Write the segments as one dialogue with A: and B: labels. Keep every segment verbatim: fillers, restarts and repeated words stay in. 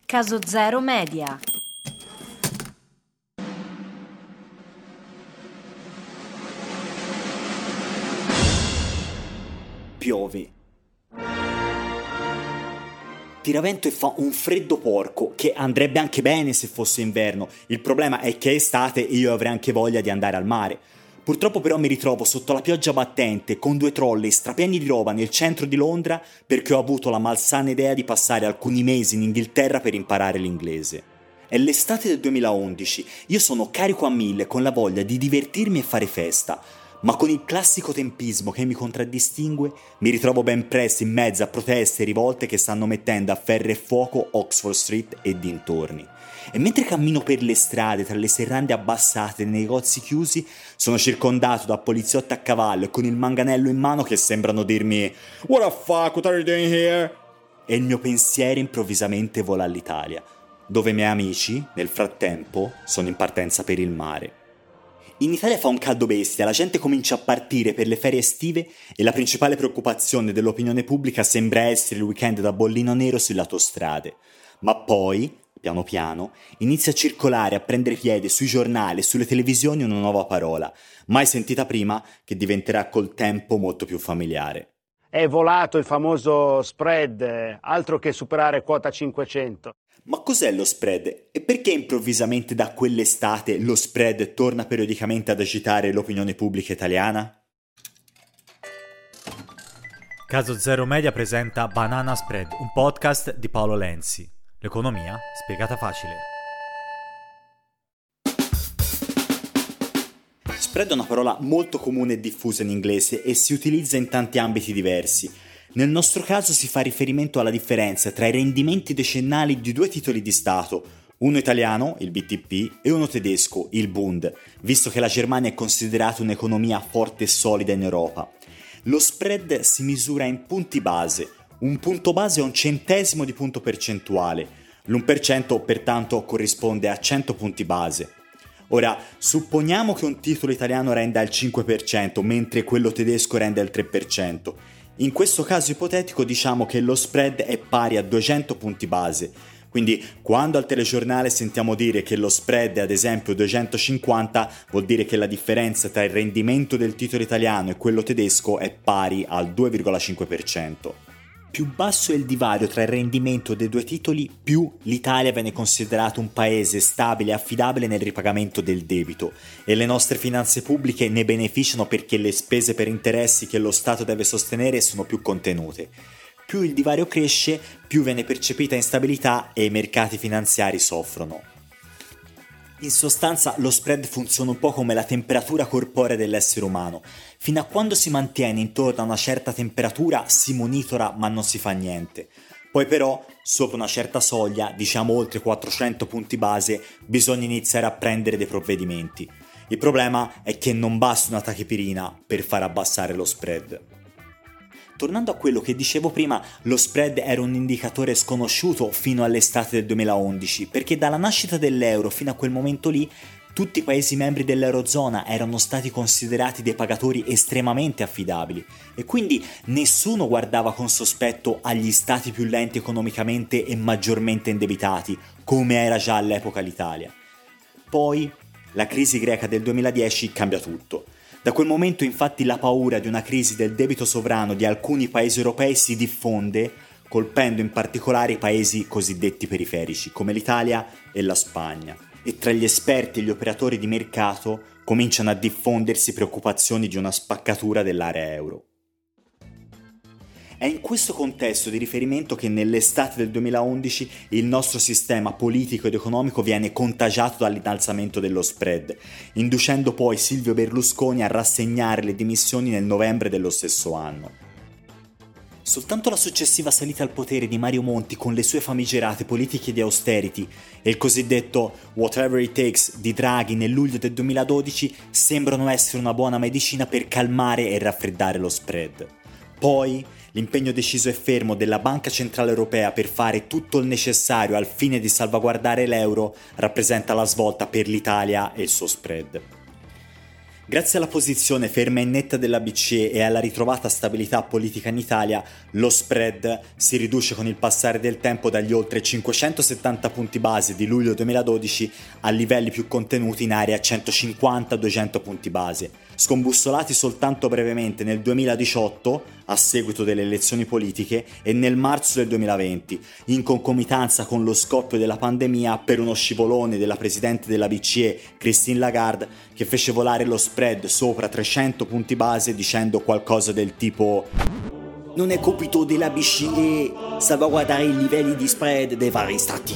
A: Caso Zero Media.
B: Piove. Tira vento e fa un freddo porco, che andrebbe anche bene se fosse inverno. Il problema è che è estate e io avrei anche voglia di andare al mare. Purtroppo però mi ritrovo sotto la pioggia battente con due trolley strapieni di roba nel centro di Londra perché ho avuto la malsana idea di passare alcuni mesi in Inghilterra per imparare l'inglese. È l'estate del duemilaundici, io sono carico a mille con la voglia di divertirmi e fare festa, ma con il classico tempismo che mi contraddistingue mi ritrovo ben presto in mezzo a proteste e rivolte che stanno mettendo a ferro e fuoco Oxford Street e dintorni. E mentre cammino per le strade tra le serrande abbassate e nei negozi chiusi, sono circondato da poliziotti a cavallo e con il manganello in mano che sembrano dirmi "What the fuck, what are you doing here?" E il mio pensiero improvvisamente vola all'Italia, dove i miei amici, nel frattempo, sono in partenza per il mare. In Italia fa un caldo bestia, la gente comincia a partire per le ferie estive e la principale preoccupazione dell'opinione pubblica sembra essere il weekend da bollino nero sulle autostrade. Ma poi, piano piano, inizia a circolare, a prendere piede sui giornali e sulle televisioni una nuova parola, mai sentita prima, che diventerà col tempo molto più familiare.
C: È volato il famoso spread, altro che superare quota cinquecento.
B: Ma cos'è lo spread? E perché improvvisamente da quell'estate lo spread torna periodicamente ad agitare l'opinione pubblica italiana?
D: Caso Zero Media presenta Banana Spread, un podcast di Paolo Lenzi. L'economia spiegata facile.
B: Spread è una parola molto comune e diffusa in inglese e si utilizza in tanti ambiti diversi. Nel nostro caso si fa riferimento alla differenza tra i rendimenti decennali di due titoli di Stato, uno italiano, il B T P, e uno tedesco, il Bund, visto che la Germania è considerata un'economia forte e solida in Europa. Lo spread si misura in punti base. Un punto base è un centesimo di punto percentuale. L'uno per cento pertanto corrisponde a cento punti base. Ora, supponiamo che un titolo italiano renda il cinque per cento, mentre quello tedesco renda il tre per cento. In questo caso ipotetico diciamo che lo spread è pari a duecento punti base, quindi quando al telegiornale sentiamo dire che lo spread è ad esempio duecentocinquanta, vuol dire che la differenza tra il rendimento del titolo italiano e quello tedesco è pari al due virgola cinque per cento. Più basso è il divario tra il rendimento dei due titoli, più l'Italia viene considerato un paese stabile e affidabile nel ripagamento del debito e le nostre finanze pubbliche ne beneficiano perché le spese per interessi che lo Stato deve sostenere sono più contenute. Più il divario cresce, più viene percepita instabilità e i mercati finanziari soffrono. In sostanza lo spread funziona un po' come la temperatura corporea dell'essere umano. Fino a quando si mantiene intorno a una certa temperatura si monitora ma non si fa niente. Poi però, sopra una certa soglia, diciamo oltre quattrocento punti base, bisogna iniziare a prendere dei provvedimenti. Il problema è che non basta una tachipirina per far abbassare lo spread. Tornando a quello che dicevo prima, lo spread era un indicatore sconosciuto fino all'estate del duemilaundici, perché dalla nascita dell'euro fino a quel momento lì, tutti i paesi membri dell'Eurozona erano stati considerati dei pagatori estremamente affidabili e quindi nessuno guardava con sospetto agli stati più lenti economicamente e maggiormente indebitati, come era già all'epoca l'Italia. Poi, la crisi greca del duemiladieci cambia tutto. Da quel momento infatti la paura di una crisi del debito sovrano di alcuni paesi europei si diffonde, colpendo in particolare i paesi cosiddetti periferici, come l'Italia e la Spagna. E tra gli esperti e gli operatori di mercato cominciano a diffondersi preoccupazioni di una spaccatura dell'area euro. È in questo contesto di riferimento che nell'estate del duemilaundici il nostro sistema politico ed economico viene contagiato dall'innalzamento dello spread, inducendo poi Silvio Berlusconi a rassegnare le dimissioni nel novembre dello stesso anno. Soltanto la successiva salita al potere di Mario Monti con le sue famigerate politiche di austerity e il cosiddetto whatever it takes di Draghi nel luglio del duemiladodici sembrano essere una buona medicina per calmare e raffreddare lo spread. Poi l'impegno deciso e fermo della Banca Centrale Europea per fare tutto il necessario al fine di salvaguardare l'euro rappresenta la svolta per l'Italia e il suo spread. Grazie alla posizione ferma e netta della B C E e alla ritrovata stabilità politica in Italia, lo spread si riduce con il passare del tempo dagli oltre cinquecentosettanta punti base di luglio duemiladodici a livelli più contenuti in area centocinquanta duecento punti base, scombussolati soltanto brevemente nel duemiladiciotto a seguito delle elezioni politiche e nel marzo del duemilaventi, in concomitanza con lo scoppio della pandemia per uno scivolone della presidente della B C E Christine Lagarde che fece volare lo spread sopra trecento punti base dicendo qualcosa del tipo:
A: non è compito della B C E salvaguardare i livelli di spread dei vari stati.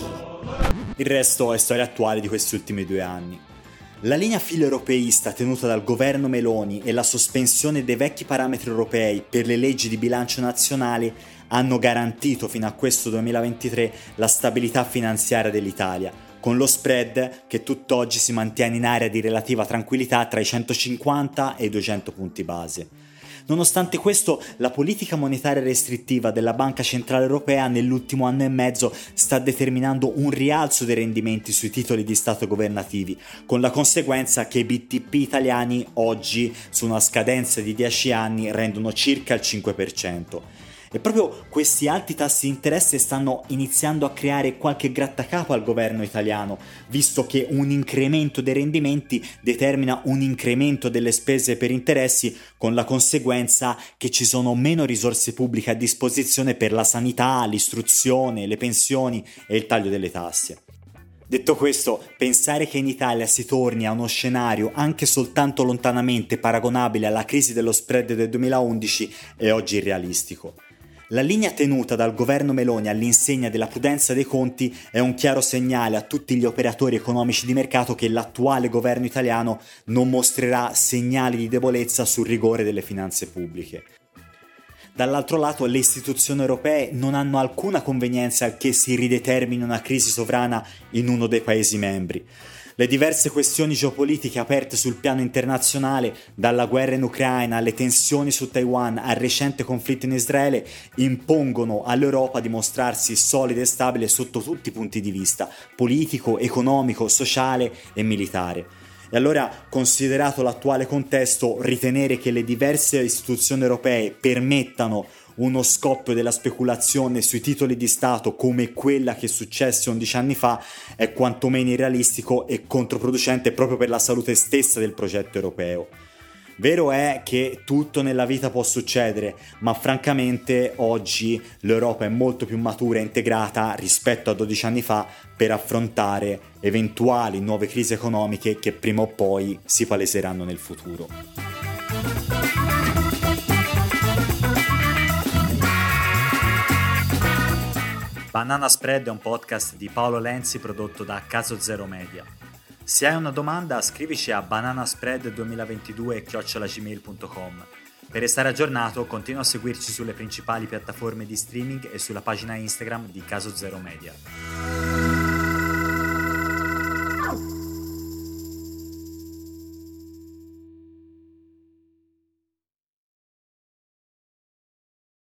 B: Il resto è storia attuale di questi ultimi due anni. La linea filo-europeista tenuta dal governo Meloni e la sospensione dei vecchi parametri europei per le leggi di bilancio nazionale hanno garantito fino a questo duemilaventitré la stabilità finanziaria dell'Italia, con lo spread che tutt'oggi si mantiene in area di relativa tranquillità tra i centocinquanta e i duecento punti base. Nonostante questo, la politica monetaria restrittiva della Banca Centrale Europea nell'ultimo anno e mezzo sta determinando un rialzo dei rendimenti sui titoli di Stato governativi, con la conseguenza che i B T P italiani oggi, su una scadenza di dieci anni, rendono circa il cinque per cento. E proprio questi alti tassi di interesse stanno iniziando a creare qualche grattacapo al governo italiano, visto che un incremento dei rendimenti determina un incremento delle spese per interessi, con la conseguenza che ci sono meno risorse pubbliche a disposizione per la sanità, l'istruzione, le pensioni e il taglio delle tasse. Detto questo, pensare che in Italia si torni a uno scenario anche soltanto lontanamente paragonabile alla crisi dello spread del duemilaundici è oggi irrealistico. La linea tenuta dal governo Meloni all'insegna della prudenza dei conti è un chiaro segnale a tutti gli operatori economici di mercato che l'attuale governo italiano non mostrerà segnali di debolezza sul rigore delle finanze pubbliche. Dall'altro lato, le istituzioni europee non hanno alcuna convenienza che si ridetermini una crisi sovrana in uno dei Paesi membri. Le diverse questioni geopolitiche aperte sul piano internazionale, dalla guerra in Ucraina alle tensioni su Taiwan al recente conflitto in Israele, impongono all'Europa di mostrarsi solida e stabile sotto tutti i punti di vista, politico, economico, sociale e militare. E allora, considerato l'attuale contesto, ritenere che le diverse istituzioni europee permettano uno scoppio della speculazione sui titoli di Stato come quella che successe undici anni fa è quantomeno irrealistico e controproducente proprio per la salute stessa del progetto europeo. Vero è che tutto nella vita può succedere, ma francamente oggi l'Europa è molto più matura e integrata rispetto a dodici anni fa per affrontare eventuali nuove crisi economiche che prima o poi si paleseranno nel futuro.
D: Banana Spread è un podcast di Paolo Lenzi prodotto da Caso Zero Media. Se hai una domanda scrivici a bananaspread duemilaventidue chiocciola gmail punto com. Per restare aggiornato continua a seguirci sulle principali piattaforme di streaming e sulla pagina Instagram di Caso Zero Media.